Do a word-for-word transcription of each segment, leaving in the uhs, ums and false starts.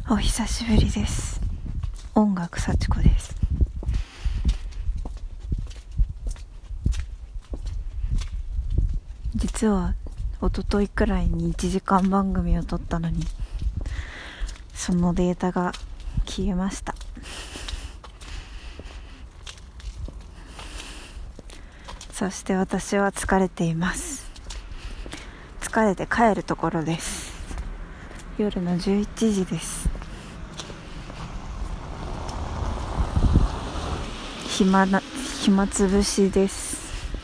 お久しぶりです。音楽幸子です。実は一昨日くらいにいちじかん番組を撮ったのに、そのデータが消えました。そして私は疲れています。疲れて帰るところです。夜のじゅういちじです。暇な暇つぶしです。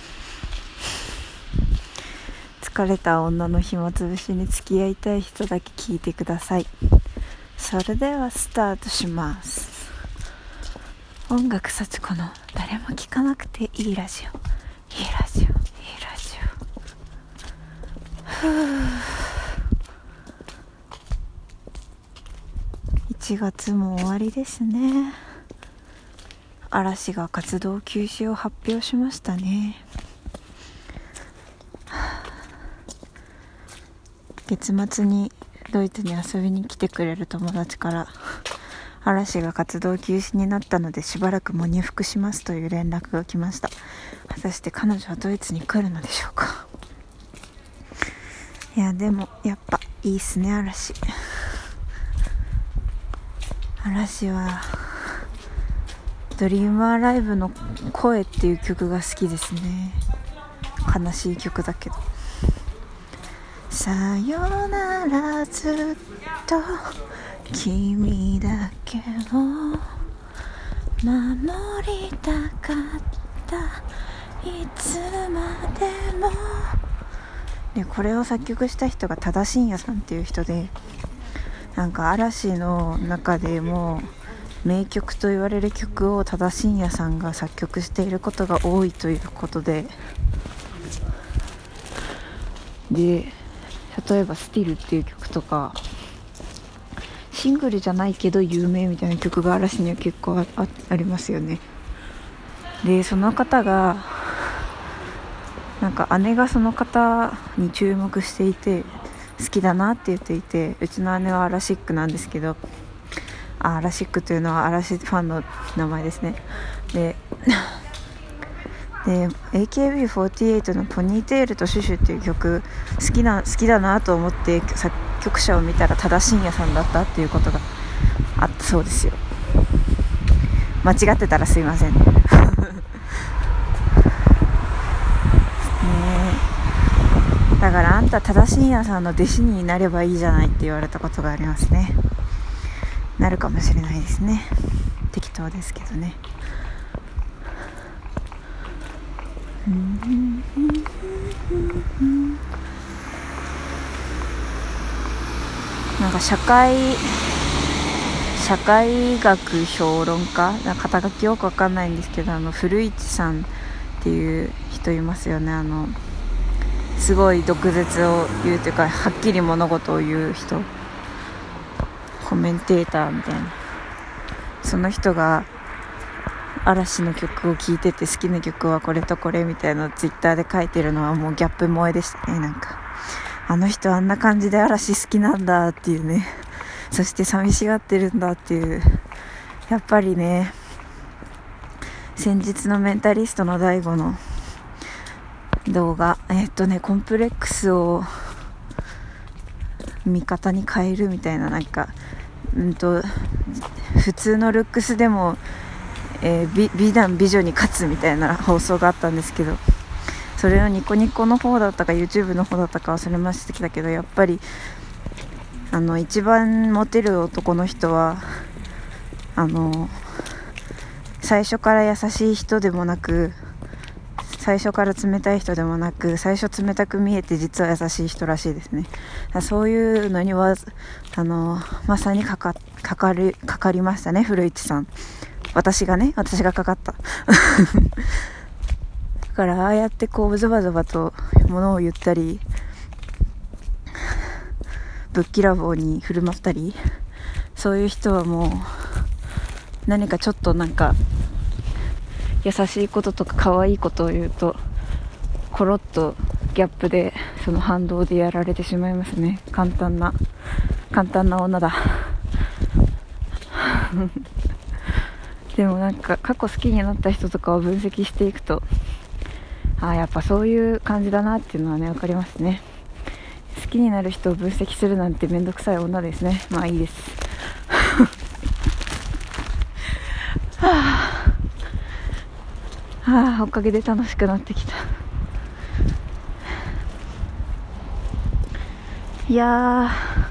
疲れた女の暇つぶしに付き合いたい人だけ聞いてください。それではスタートします。音楽幸子の誰も聞かなくていいラジオ、いいラジオ、いいラジオ。ふぅ、いちがつも終わりですね。嵐が活動休止を発表しましたね。月末にドイツに遊びに来てくれる友達から嵐が活動休止になったのでしばらく喪に服しますという連絡が来ました。果たして彼女はドイツに来るのでしょうか。いやでもやっぱいいっすね。嵐嵐はドリームアライブの声っていう曲が好きですね。悲しい曲だけど。さよならずっと君だけを守りたかったいつまでも。でこれを作曲した人が多田真也さんっていう人で、なんか嵐の中でも名曲と言われる曲を多田真也さんが作曲していることが多いということで、で例えばスティルっていう曲とかシングルじゃないけど有名みたいな曲が嵐には結構 あ, あ, ありますよね。でその方がなんか姉がその方に注目していて好きだなって言っていて、うちの姉はアラシックなんですけど、あアラシックというのは嵐ファンの名前ですね。でで エーケービーフォーティーエイト のポニーテールとシュシュっていう曲好きな好きだなと思って作曲者を見たら多田真也さんだったっていうことがあったそうですよ。間違ってたらすいませんねえだからあんた多田真也さんの弟子になればいいじゃないって言われたことがありますね。なるかもしれないですね。適当ですけどね。なんか社会社会学評論家なんか肩書きよくわかんないんですけど、あの古市さんっていう人いますよね。あのすごい毒舌を言うというかはっきり物事を言う人、コメンテーターみたいな。その人が嵐の曲を聴いてて好きな曲はこれとこれみたいなツイッターで書いてるのはもうギャップ萌えでしたね。なんかあの人あんな感じで嵐好きなんだっていうね、そして寂しがってるんだっていう。やっぱりね、先日のメンタリストの大悟の動画えー、っとねコンプレックスを味方に変えるみたいな、なんかうんと普通のルックスでもえー、美, 美男美女に勝つみたいな放送があったんですけど、それをニコニコの方だったか YouTube の方だったか忘れましたけど、やっぱりあの一番モテる男の人はあの最初から優しい人でもなく最初から冷たい人でもなく、最初冷たく見えて実は優しい人らしいですね。そういうのにはあのまさにか か, か, か, るかかりましたね、古市さん。私がね私がかかっただからああやってこうズバズバと物を言ったりぶっきらぼうに振る舞ったり、そういう人はもう何かちょっとなんか優しいこととか可愛いことを言うとコロッとギャップでその反動でやられてしまいますね。簡単な簡単な女だでもなんか過去好きになった人とかを分析していくと、ああやっぱそういう感じだなっていうのはね分かりますね。好きになる人を分析するなんてめんどくさい女ですね。まあいいですはあ、はあ、おかげで楽しくなってきた。いや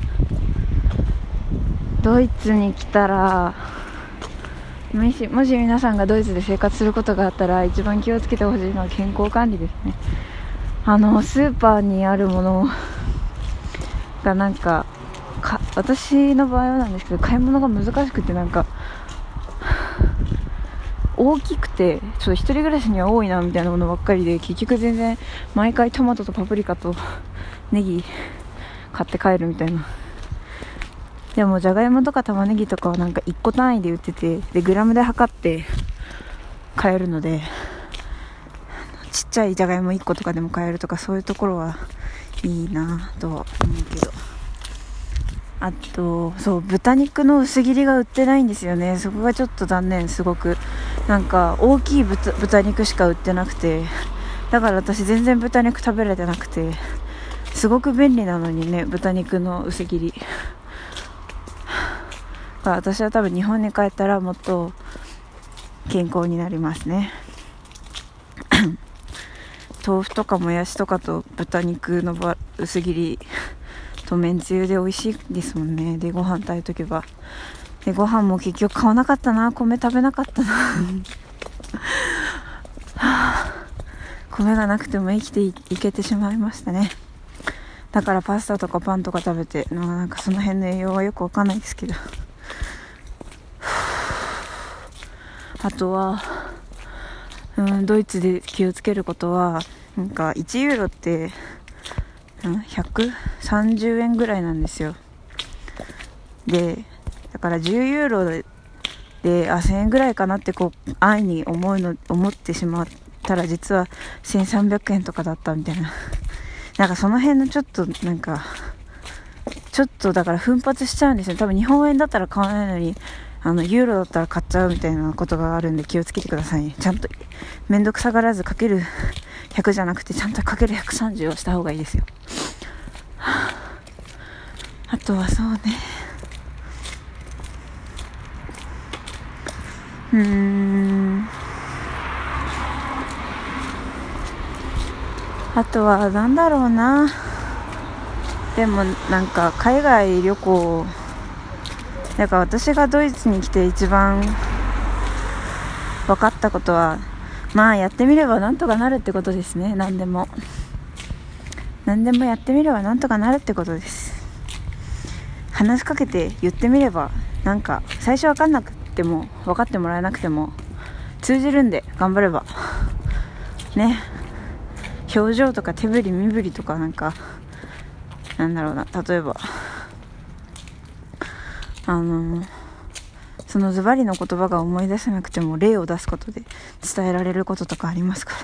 ー、ドイツに来たらもし、もし皆さんがドイツで生活することがあったら一番気をつけてほしいのは健康管理ですね。あのスーパーにあるものがなんか、か私の場合はなんですけど買い物が難しくて、なんか大きくてちょっと一人暮らしには多いなみたいなものばっかりで、結局全然毎回トマトとパプリカとネギ買って帰るみたいな。でもじゃがいもとか玉ねぎとかはなんかいっこ単位で売ってて、でグラムで測って買えるので、ちっちゃいじゃがいもいっことかでも買えるとか、そういうところはいいなとは思うけど、あとそう豚肉の薄切りが売ってないんですよね。そこがちょっと残念。すごくなんか大きい 豚, 豚肉しか売ってなくて、だから私全然豚肉食べれてなくて、すごく便利なのにね、豚肉の薄切り私は多分日本に帰ったらもっと健康になりますね豆腐とかもやしとかと豚肉の薄切りとめんつゆで美味しいですもんね。でご飯炊いとけば、でご飯も結局買わなかったな、米食べなかったな米がなくても生きて い, いけてしまいましたね。だからパスタとかパンとか食べて、なんかその辺の栄養はよくわかんないですけど、あとは、うん、ドイツで気をつけることは、なんかいちユーロって、うん、ひゃくさんじゅうえんぐらいなんですよ。で、だからじゅうユーロで、あ、せんえんぐらいかなってこう安易に思うの思ってしまったら、実はせんさんびゃくえんとかだったみたいな。なんかその辺のちょっとなんかちょっとだから奮発しちゃうんですよ。多分日本円だったら買わないのに、あのユーロだったら買っちゃうみたいなことがあるんで気をつけてくださいね。ちゃんとめんどくさがらずかけるひゃくじゃなくて、ちゃんとかけるひゃくさんじゅうをした方がいいですよ。あとはそうね、うーんあとはなんだろうな。でもなんか海外旅行だから、私がドイツに来て一番分かったことは、まあやってみればなんとかなるってことですね。何でも何でもやってみればなんとかなるってことです。話しかけて言ってみれば、なんか最初分かんなくても分かってもらえなくても通じるんで、頑張ればね。表情とか手振り身振りとか、なんかなんだろうな、例えばあのそのズバリの言葉が思い出せなくても例を出すことで伝えられることとかありますからね。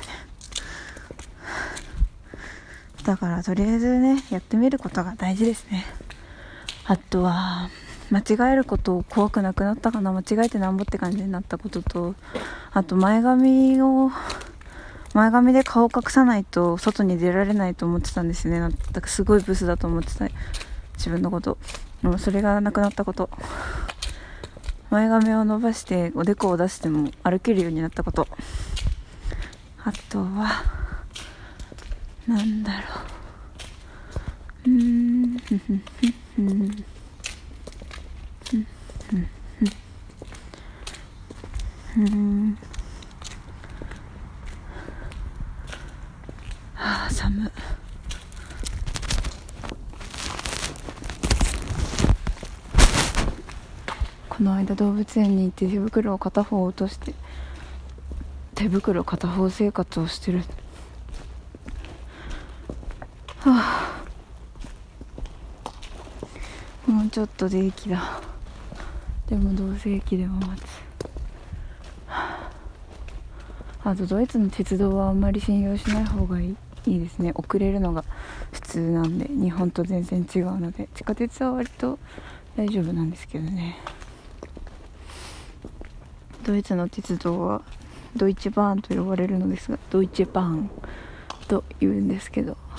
だからとりあえずね、やってみることが大事ですね。あとは間違えることを怖くなくなったかな。間違えてなんぼって感じになったことと、あと前髪を前髪で顔を隠さないと外に出られないと思ってたんですね。なんかすごいブスだと思ってた自分のこと。でもそれがなくなったこと。前髪を伸ばしておでこを出しても歩けるようになったこと。あとはなんだろう、うーんふふふふんふんはあ、寒い。この間動物園に行って手袋を片方落として、手袋片方生活をしてる。はあ、もうちょっとで駅だ。でもどうせ駅でも待つ。はあ、あとドイツの鉄道はあんまり信用しない方がいいいいですね。遅れるのが普通なんで、日本と全然違うので。地下鉄は割と大丈夫なんですけどね。 ドイツの鉄道はドイツバーンと呼ばれるのですが、ドイツバーンと言うんですけど、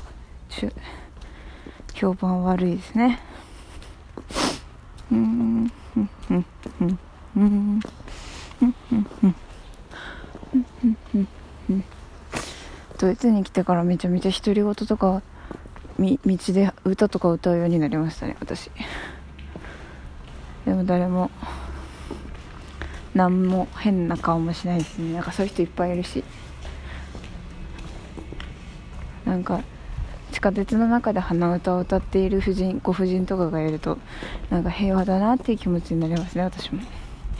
評判悪いですね。うーんうんうんうんうんドイツに来てからめちゃめちゃ独り言とかみ道で歌とか歌うようになりましたね、私。でも誰も何も変な顔もしないですね。なんかそういう人いっぱいいるし、なんか地下鉄の中で鼻歌を歌っている婦人ご婦人とかがいると、なんか平和だなっていう気持ちになりますね、私も。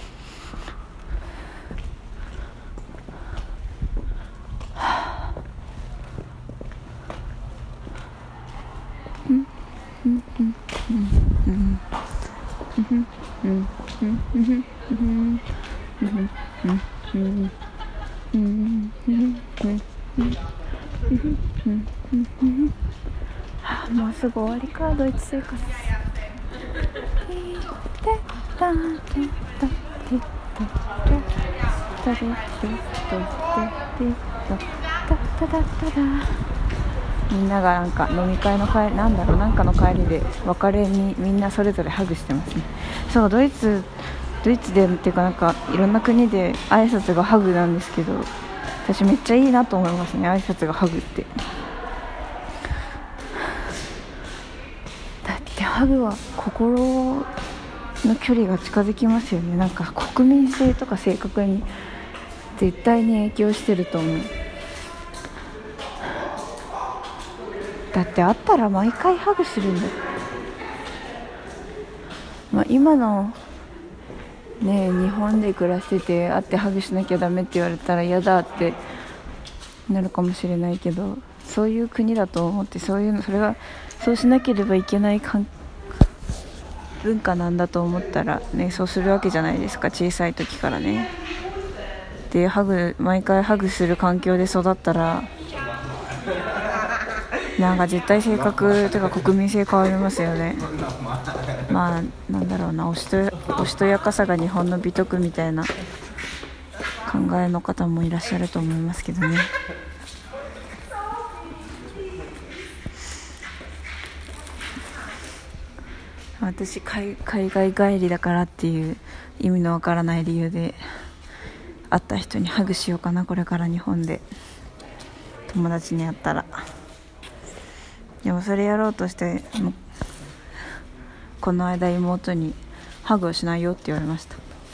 もうすぐ終わりか、ドイツ生活。みんながなんか飲み会の帰り、なんだろう、なんかの帰りで別れにみんなそれぞれハグしてますね。そう、ドイツドイツでっていうか、なんかいろんな国で挨拶がハグなんですけど、私めっちゃいいなと思いますね、挨拶がハグって。だってハグは心の距離が近づきますよね。なんか国民性とか性格に絶対に影響してると思う。だって会ったら毎回ハグするんだよ。まあ、今のね、日本で暮らしてて会ってハグしなきゃダメって言われたら嫌だってなるかもしれないけど、そういう国だと思って、そういうのそれがそうしなければいけない文化なんだと思ったらね、そうするわけじゃないですか、小さい時からね。でハグ毎回ハグする環境で育ったら、なんか絶対性格とか国民性変わりますよね。まあなんだろうな、おしとおしとやかさが日本の美徳みたいな考えの方もいらっしゃると思いますけどね。私 海, 海外帰りだからっていう意味のわからない理由で会った人にハグしようかな、これから日本で友達に会ったら。でもそれやろうとしてこの間妹にハグをしないよって言われました。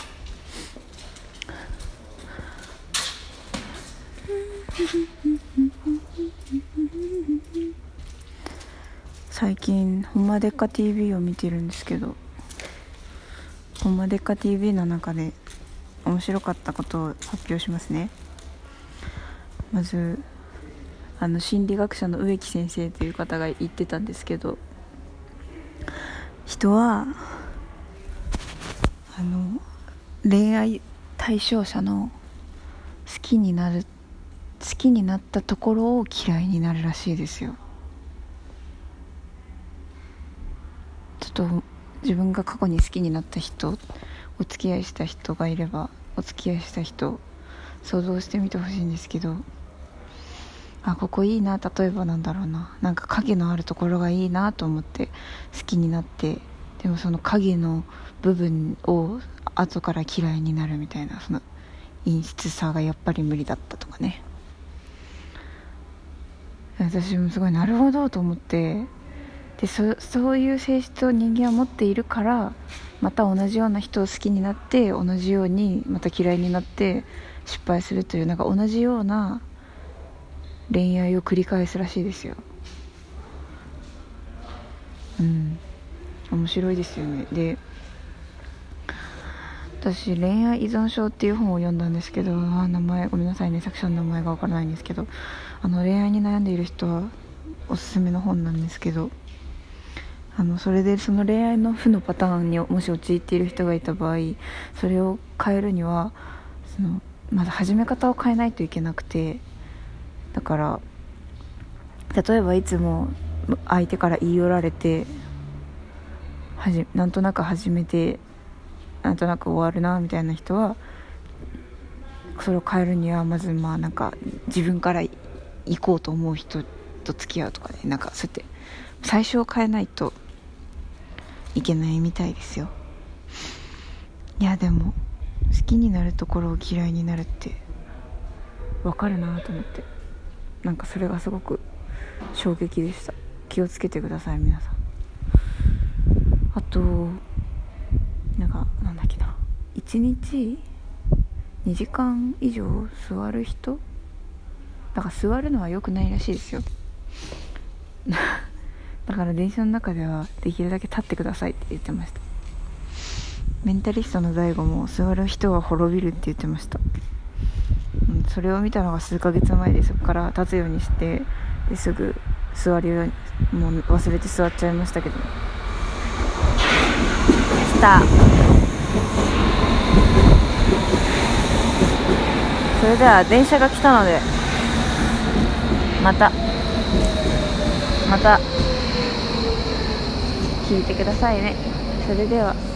最近ほんまでっか ティーブイ を見てるんですけど、ほんまでっか ティーブイ の中で面白かったことを発表しますね。まずあの心理学者の植木先生という方が言ってたんですけど、人はあの恋愛対象者の好きになる好きになったところを嫌いになるらしいですよ。ちょっと自分が過去に好きになった人、お付き合いした人がいればお付き合いした人想像してみてほしいんですけど、あ、ここいいな、例えばなんだろうな、なんか影のあるところがいいなと思って好きになって、でもその影の部分を後から嫌いになるみたいな、その陰湿さがやっぱり無理だったとかね。私もすごいなるほどと思って、で そ, そういう性質を人間は持っているから、また同じような人を好きになって同じようにまた嫌いになって失敗するという、なんか同じような恋愛を繰り返すらしいですよ。うん、面白いですよね。で、私恋愛依存症っていう本を読んだんですけど、あ名前ごめんなさいね、作者の名前がわからないんですけど、あの恋愛に悩んでいる人はおすすめの本なんですけど、あのそれでその恋愛の負のパターンにもし陥っている人がいた場合、それを変えるにはそのまず始め方を変えないといけなくて、だから例えばいつも相手から言い寄られてはじなんとなく始めてなんとなく終わるなみたいな人は、 それを変えるにはまずまあなんか自分から行こうと思う人と付き合うとかね、なんかそうやって最初を変えないといけないみたいですよ。いやでも好きになるところを嫌いになるってわかるなと思って、なんかそれがすごく衝撃でした。気をつけてください皆さん。あとなんかなんだっけな、いちにちにじかん以上座る人だから座るのは良くないらしいですよだから電車の中ではできるだけ立ってくださいって言ってました。メンタリストの大悟も座る人は滅びるって言ってました。うん、それを見たのが数ヶ月前で、そこから立つようにしてですぐ座るように、もう忘れて座っちゃいましたけどしたそれでは電車が来たのでまたまた聞いてくださいね。それでは。